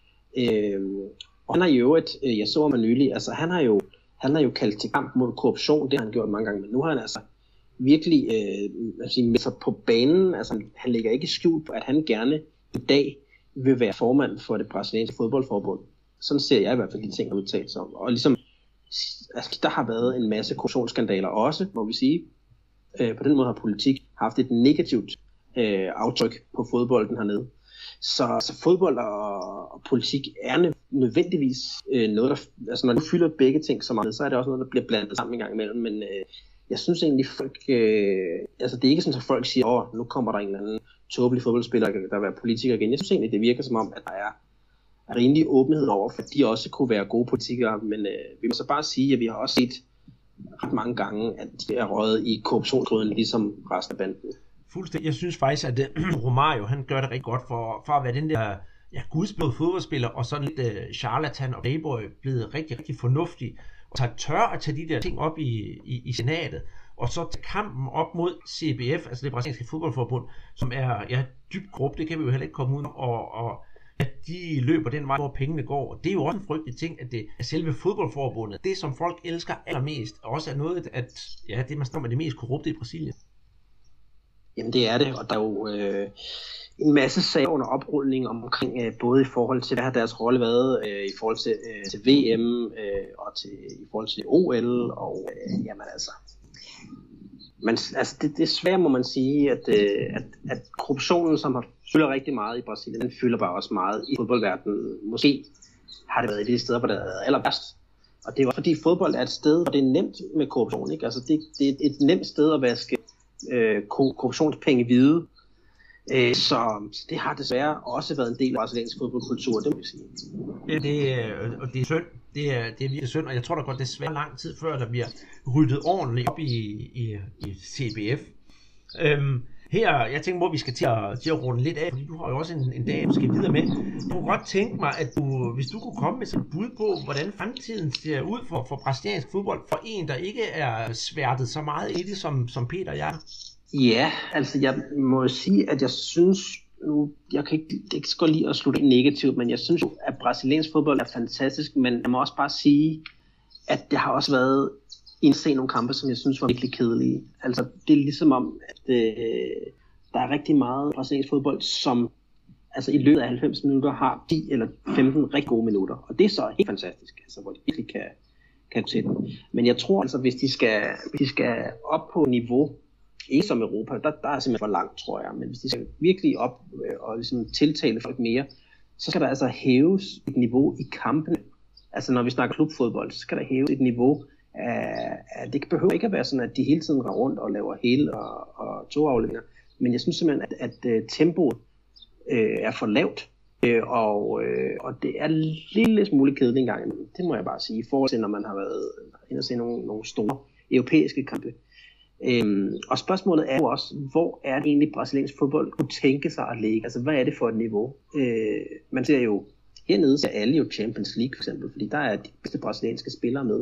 Og han har jo jeg så ham nylig, altså han har jo kaldt til kamp mod korruption, det har han gjort mange gange, men nu har han altså virkelig med sig på banen, altså han lægger ikke skjult på, at han gerne i dag vil være formand for det brasilianske fodboldforbund. Sådan ser jeg i hvert fald de ting, der udtalt sig om. Og ligesom, altså, der har været en masse korruptionsskandaler også, må vi sige. På den måde har politik haft et negativt aftryk på fodbolden hernede. Så fodbold og politik er nødvendigvis noget, der, altså når du fylder begge ting så meget, så er det også noget, der bliver blandet sammen en gang imellem. Men jeg synes egentlig, folk, altså det er ikke sådan, at folk siger, nu kommer der en eller anden tåbelig fodboldspiller, der vil være politiker igen. Jeg synes egentlig, det virker som om, at der er rimelig åbenhed over, for de også kunne være gode politikere, men vi må så bare sige, at vi har også set ret mange gange, at de er røget i korruptionsgryden, ligesom resten af banden. Fuldstændig. Jeg synes faktisk, at Romario, han gør det rigtig godt for at være den der gudsblod fodboldspiller, og sådan lidt charlatan og playboy, blevet rigtig, rigtig fornuftig, og tør at tage de der ting op i senatet, og så tage kampen op mod CBF, altså det brasilianske fodboldforbund, som er dybt korrupt, det kan vi jo heller ikke komme ud og at de løber den vej, hvor pengene går. Og det er jo også en frygtelig ting, at det er selve fodboldforbundet, det som folk elsker allermest, også er noget, at det man snakker om er det mest korrupte i Brasilien. Jamen det er det, og der er jo en masse sager under oprulning omkring, både i forhold til, hvad har deres rolle været, i forhold til VM, og i forhold til OL, og jamen altså, det er svært, må man sige, at korruptionen, som fylder rigtig meget i Brasilien, den fylder bare også meget i fodboldverdenen. Måske har det været i de steder, hvor det er allerværst. Og det er jo fordi fodbold er et sted, hvor det er nemt med korruption, ikke? Altså det er et nemt sted at vaske korruptionspenge hvide. Så det har desværre også været en del af brasiliansk fodboldkultur, det må jeg sige. Ja, det er synd. Det er virkelig synd, og jeg tror, der går desværre lang tid før, der bliver ryddet ordentligt op i CBF. Her, jeg tænker på, at vi skal til at runde lidt af, fordi du har jo også en dag, du skal videre med. Jeg kunne godt tænke mig, at hvis du kunne komme med sådan et bud på, hvordan fremtiden ser ud for brasiliansk fodbold, for en, der ikke er sværtet så meget i det, som Peter og jeg. Ja, altså jeg må sige, at jeg synes, jeg kan ikke så godt lide at slutte negativt, men jeg synes jo, at brasiliansk fodbold er fantastisk, men jeg må også bare sige, at det har også været indse nogle kampe, som jeg synes var virkelig kedelige. Altså det er ligesom om, at der er rigtig meget brasiliansk fodbold, som altså i løbet af 90 minutter har 10 eller 15 rigtig gode minutter, og det er så helt fantastisk, altså hvor de virkelig kan til den. Men jeg tror altså, hvis de skal op på niveau, ikke som Europa, der er simpelthen for langt, tror jeg, men hvis de skal virkelig op og ligesom tiltale folk mere, så skal der altså hæves et niveau i kampene. Altså når vi snakker klubfodbold, så skal der hæves et niveau af, det behøver ikke at være sådan, at de hele tiden går rundt og laver hele og togafleveringer, men jeg synes simpelthen, at tempoet er for lavt, og det er lidt smule kedeligt engang imellem. Det må jeg bare sige, i forhold til når man har været inde og se nogle store europæiske kampe. Og spørgsmålet er jo også, hvor er det egentlig brasiliansk fodbold kunne tænke sig at ligge? Altså hvad er det for et niveau? Man ser jo hernede, så alle jo Champions League for eksempel, fordi der er de bedste brasilianske spillere med.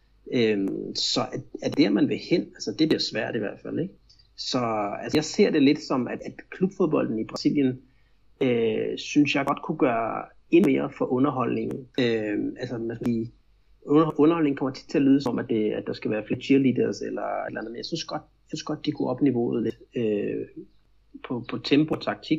Så er det der man vil hen, altså det bliver svært i hvert fald, ikke? Så altså, jeg ser det lidt som, at klubfodbolden i Brasilien, synes jeg godt kunne gøre endnu mere for underholdningen. Altså man skal sige, underholdningen kommer tit til at lyde som, at der skal være flere cheerleaders eller et eller andet, men jeg synes godt, de kunne op niveauet lidt på tempo og taktik.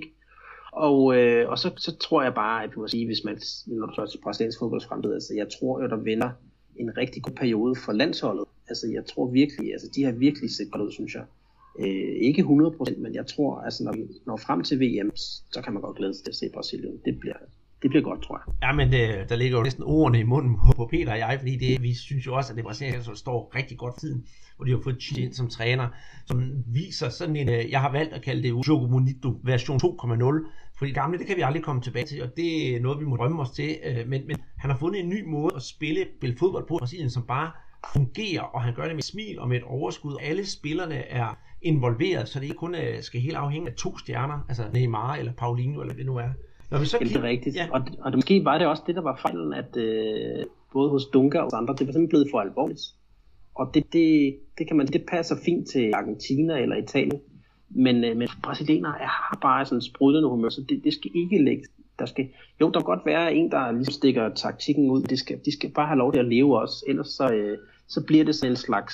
Og så tror jeg bare, at vi må sige, når du så til brasiliansk fodbolds fremtid, altså jeg tror jo, der vender en rigtig god periode for landsholdet. Altså jeg tror virkelig, altså de har virkelig set godt ud, synes jeg. Ikke 100%, men jeg tror, altså når vi når frem til VM, så kan man godt glæde sig til at se Brasilien. Det bliver godt, tror jeg. Ja, men der ligger jo næsten ordene i munden på Peter og jeg, fordi vi synes jo også, at det brasilianske står rigtig godt tiden, hvor de har fået Tite ind som træner, som viser sådan en, jeg har valgt at kalde det Jogo Bonito version 2.0, fordi det gamle, det kan vi aldrig komme tilbage til, og det er noget, vi må drømme os til, men han har fundet en ny måde at spille fodbold på Brasilien, som bare fungerer, og han gør det med smil og med et overskud, og alle spillerne er involveret, så det ikke kun skal helt afhænge af 2 stjerner, altså Neymar eller Paulinho, eller hvad det nu er. Når vi så det er rigtigt, ja. Og det, måske var det også det, der var fejlen, at både hos Dunga og andre, det var simpelthen blevet for alvorligt. Og det kan man, det passer fint til Argentina eller Italien, men brasilianere har bare sådan sprudlende humør, så det skal ikke lægge. Der kan godt være en, der ligesom stikker taktikken ud. De skal bare have lov til at leve også, ellers så bliver det sådan en slags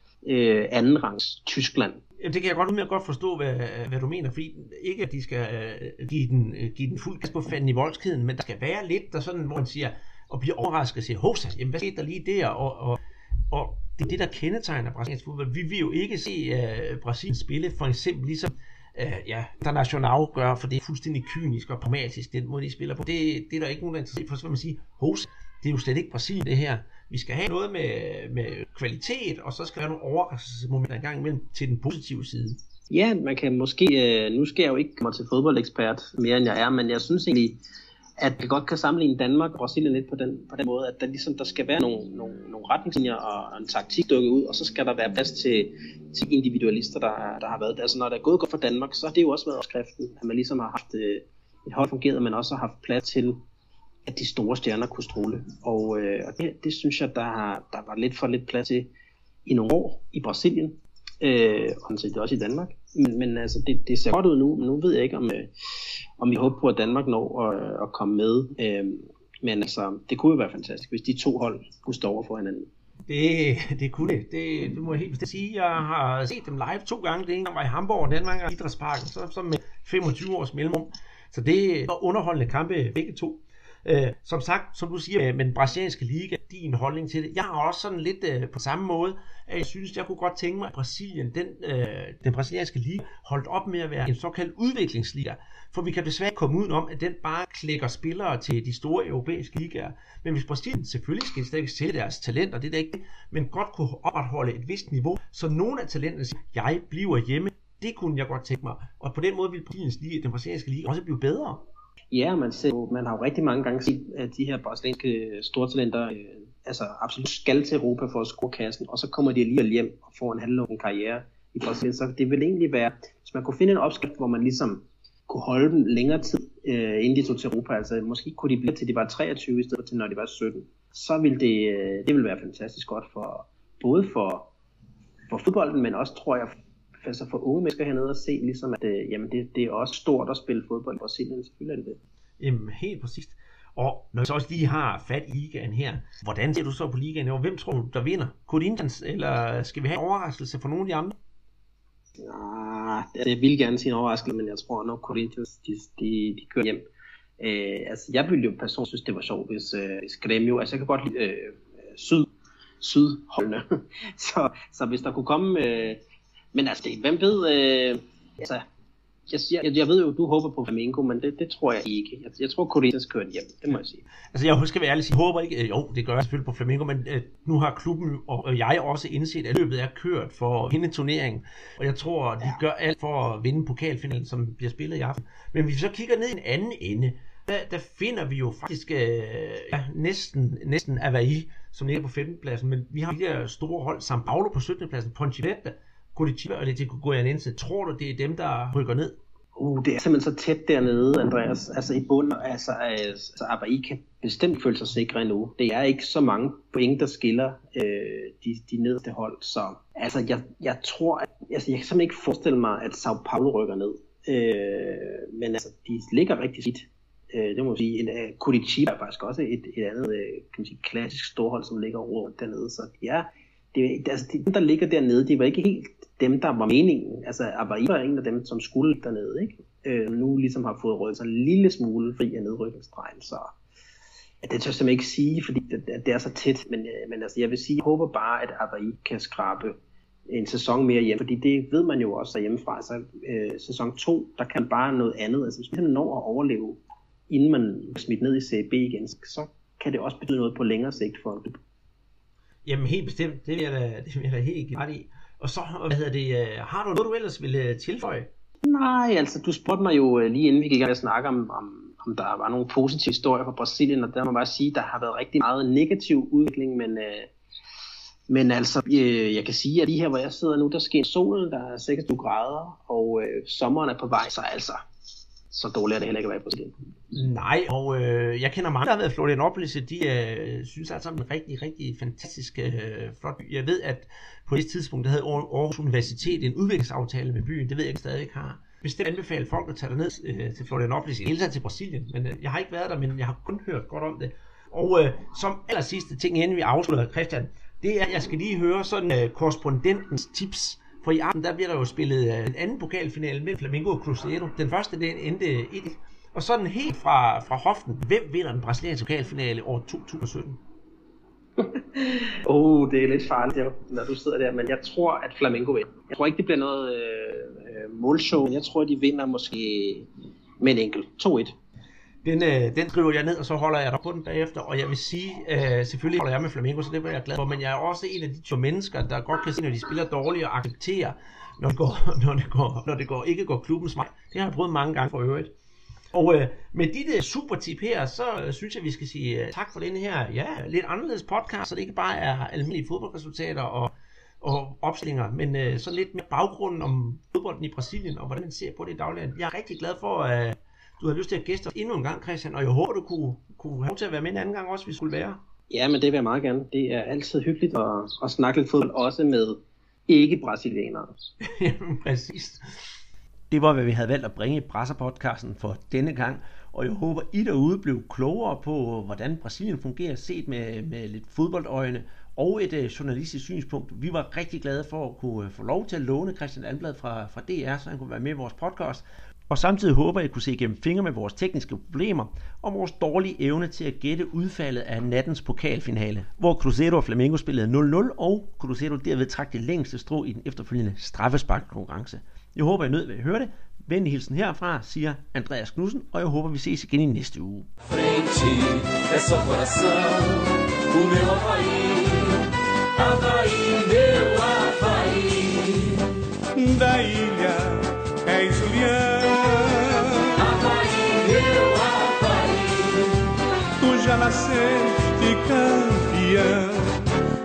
andenrangs Tyskland. Det kan jeg godt forstå, hvad du mener, fordi ikke at de skal give den fuld gas på fanden i voldskeden, men der skal være lidt, der sådan, hvor man siger, og bliver overrasket og siger, hosa, jamen hvad skete der lige der, og det er det, der kendetegner brasiliansk fodbold. Vi vil jo ikke se Brasilien spille, for eksempel ligesom International gør, for det er fuldstændig kynisk og pragmatisk, den måde de spiller på. Det er der ikke nogen, der er interesseret for, så vil man sige, hosa, det er jo slet ikke Brasilien det her. Vi skal have noget med kvalitet, og så skal der være nogle overraskelsesmomenter engang imellem til den positive side. Ja, man kan måske, nu skal jeg jo ikke komme til fodboldekspert mere end jeg er, men jeg synes egentlig, at vi godt kan sammenligne Danmark og Brasilien lidt på den måde, at der skal være nogle retningslinjer og en taktik dukket ud, og så skal der være plads til individualister, der har været der. Altså når det er gået godt for Danmark, så har det jo også været opskriften, at man ligesom har haft et hold fungeret, men også har haft plads til at de store stjerner kunne stråle. Og det synes jeg, der var lidt for lidt plads til i nogle år i Brasilien, og det også i Danmark. Men altså, det ser godt ud nu, men nu ved jeg ikke, om vi håber på, at Danmark når at komme med. Men altså, det kunne jo være fantastisk, hvis de 2 hold kunne stå over for hinanden. Det kunne det. Det må jeg helt bestemt sige. Jeg har set dem live 2 gange. Det ene gang var i Hamburg, og den anden gang i Idrætsparken, så med 25 års mellemrum. Så det var underholdende kampe begge 2. Som sagt, som du siger, med den brasilianske liga, din holdning til det. Jeg har også sådan lidt på samme måde, at jeg synes, jeg kunne godt tænke mig, at Brasilien, den brasilianske liga, holdt op med at være en såkaldt udviklingsliga. For vi kan desværre komme ud om, at den bare klækker spillere til de store europæiske ligaer. Men hvis Brasilien selvfølgelig skal stadig sælge deres talenter, det er det ikke, men godt kunne opretholde et vist niveau, så nogle af talenterne siger, jeg bliver hjemme Det kunne jeg godt tænke mig. Og på den måde vil den brasilianske liga også blive bedre. Ja, man har jo rigtig mange gange set, at de her brasilianske stortalenter absolut skal til Europa for at score kassen, og så kommer de alligevel hjem og får en halvåben karriere i Brasilien. Så det vil egentlig være, hvis man kunne finde en opskrift, hvor man ligesom kunne holde dem længere tid, inden de tog til Europa, altså måske kunne de blive til de var 23 i stedet til når de var 17, så ville det vil være fantastisk godt både for fodbolden, men også tror jeg altså for unge mennesker hernede at se ligesom, at det er også stort at spille fodbold i Brasilien, selvfølgelig er det det. Jamen helt præcist. Og når vi så også lige har fat i ligaen her, hvordan ser du så på ligaen? Og hvem tror du, der vinder? Corinthians, eller skal vi have en overraskelse for nogle af de andre? Jeg vil gerne sige en overraskelse, men jeg tror nok Corinthians, de kører hjem. Jeg ville jo personligt synes, det var sjovt, hvis Grêmio, jeg kan godt lide sydholdene, så hvis der kunne komme, men hvem ved, jeg ved jo, du håber på Flamengo, men det tror jeg ikke. Jeg tror, Corinthians kører hjem, det må jeg sige. Altså jeg skal være ærlig sige, håber ikke, jo, det gør jeg selvfølgelig på Flamengo, men nu har klubben og jeg også indset, at løbet er kørt for at vinde turneringen. Og jeg tror, de gør alt for at vinde pokalfinalen, som bliver spillet i aften. Men hvis vi så kigger ned i en anden ende, der finder vi jo faktisk næsten Avaí, som ligger på 15. pladsen, men vi har de der store hold, São Paulo på 17. pladsen, Ponte Preta, Curitiba og Atlético Goianiense. Tror du, det er dem, der rykker ned? Det er simpelthen så tæt dernede, Andreas. Altså i bunden, Avaí kan bestemt føle sig sikre endnu. Det er ikke så mange point, der skiller de nederste hold. Så jeg tror, jeg kan simpelthen ikke forestille mig, at São Paulo rykker ned. Men altså, de ligger rigtig skidt. Det må man sige. Curitiba er faktisk også et andet kan man sige, klassisk storhold, som ligger rundt dernede. Så dem, der ligger dernede, det var ikke helt dem, der var meningen. Altså, Avaí var en af dem, som skulle dernede, ikke? Nu ligesom har fået rykket sig en lille smule fri af nedrykningsstregen, så det tør jeg simpelthen ikke sige, fordi det er så tæt. Men altså, jeg vil sige, jeg håber bare, at Avaí kan skrabe en sæson mere hjem, fordi det ved man jo også derhjemmefra. Så sæson 2, der kan bare noget andet. Altså, hvis man når at overleve, inden man smidt ned i CB igen, så kan det også betyde noget på længere sigt for en klub. Jamen helt bestemt, det vil jeg da helt ret i. Og så, har du noget, du ellers vil tilføje? Nej, altså du spurgte mig jo lige inden vi gik i gang at snakke om der var nogle positive historier fra Brasilien, og der må man bare sige, at der har været rigtig meget negativ udvikling, men altså, jeg kan sige, at lige her, hvor jeg sidder nu, der sker solen, der er 26 grader, og sommeren er på vej, så altså, så dårligt er det heller ikke at være i Brasilien. Nej, og jeg kender mange, der har været i Florianópolis, de synes altså en rigtig, rigtig fantastisk flot by. Jeg ved, at på et tidspunkt, der havde Aarhus Universitet en udviklingsaftale med byen, det ved jeg ikke stadig har. Bestemt anbefaler folk at tage derned til Florianópolis, eller til Brasilien, men jeg har ikke været der, men jeg har kun hørt godt om det. Og som aller sidste ting, inden vi afslutter, Christian, det er, at jeg skal lige høre sådan korrespondentens tips. For i aften, der bliver der jo spillet en anden pokalfinale mellem Flamengo og Cruzeiro. Den første, den endte 1. Og sådan helt fra hoften, hvem vinder den brasilianske pokalfinale år 2017? Det er lidt farligt, når du sidder der, men jeg tror, at Flamengo vinder. Jeg tror ikke, det bliver noget målshow, men jeg tror, de vinder måske med en enkelt 2-1. Den skriver jeg ned, og så holder jeg der på den bagefter, og jeg vil sige, selvfølgelig holder jeg med Flamengo, så det var jeg glad for, men jeg er også en af de 2 mennesker, der godt kan se, når de spiller dårligt og accepterer, når det ikke går klubbens vej. Det har jeg prøvet mange gange for øvrigt. Og med dit supertip her, så synes jeg, vi skal sige tak for denne her, lidt anderledes podcast, så det ikke bare er almindelige fodboldresultater og opstillinger, men så lidt mere baggrunden om fodbolden i Brasilien, og hvordan man ser på det i dagligdagen. Jeg er rigtig glad for, at du har lyst til at gæste os endnu en gang, Christian, og jeg håber, du kunne have lov til at være med en anden gang også, hvis vi skulle være. Ja, men det vil jeg meget gerne. Det er altid hyggeligt at snakke lidt fodbold, også med ikke-brasilianere. Jamen, præcis. Det var, hvad vi havde valgt at bringe i Brasser-podcasten for denne gang, og jeg håber, I derude blev klogere på, hvordan Brasilien fungerer set med lidt fodboldøjne og et journalistisk synspunkt. Vi var rigtig glade for at kunne få lov til at låne Christian Almblad fra DR, så han kunne være med i vores podcast. Og samtidig håber jeg, at I kunne se igennem fingre med vores tekniske problemer og vores dårlige evne til at gætte udfaldet af nattens pokalfinale, hvor Cruzeiro og Flamengo spillede 0-0, og Cruzeiro derved trak det længste strå i den efterfølgende straffesparkkonkurrence. Jeg håber, I nød ved at høre det. Venlig hilsen herfra, siger Andreas Knudsen, og jeg håber, vi ses igen i næste uge. Frente é só coração, o meu Avaí, Avaí, meu Avaí. Da ilha já nasceste campeão.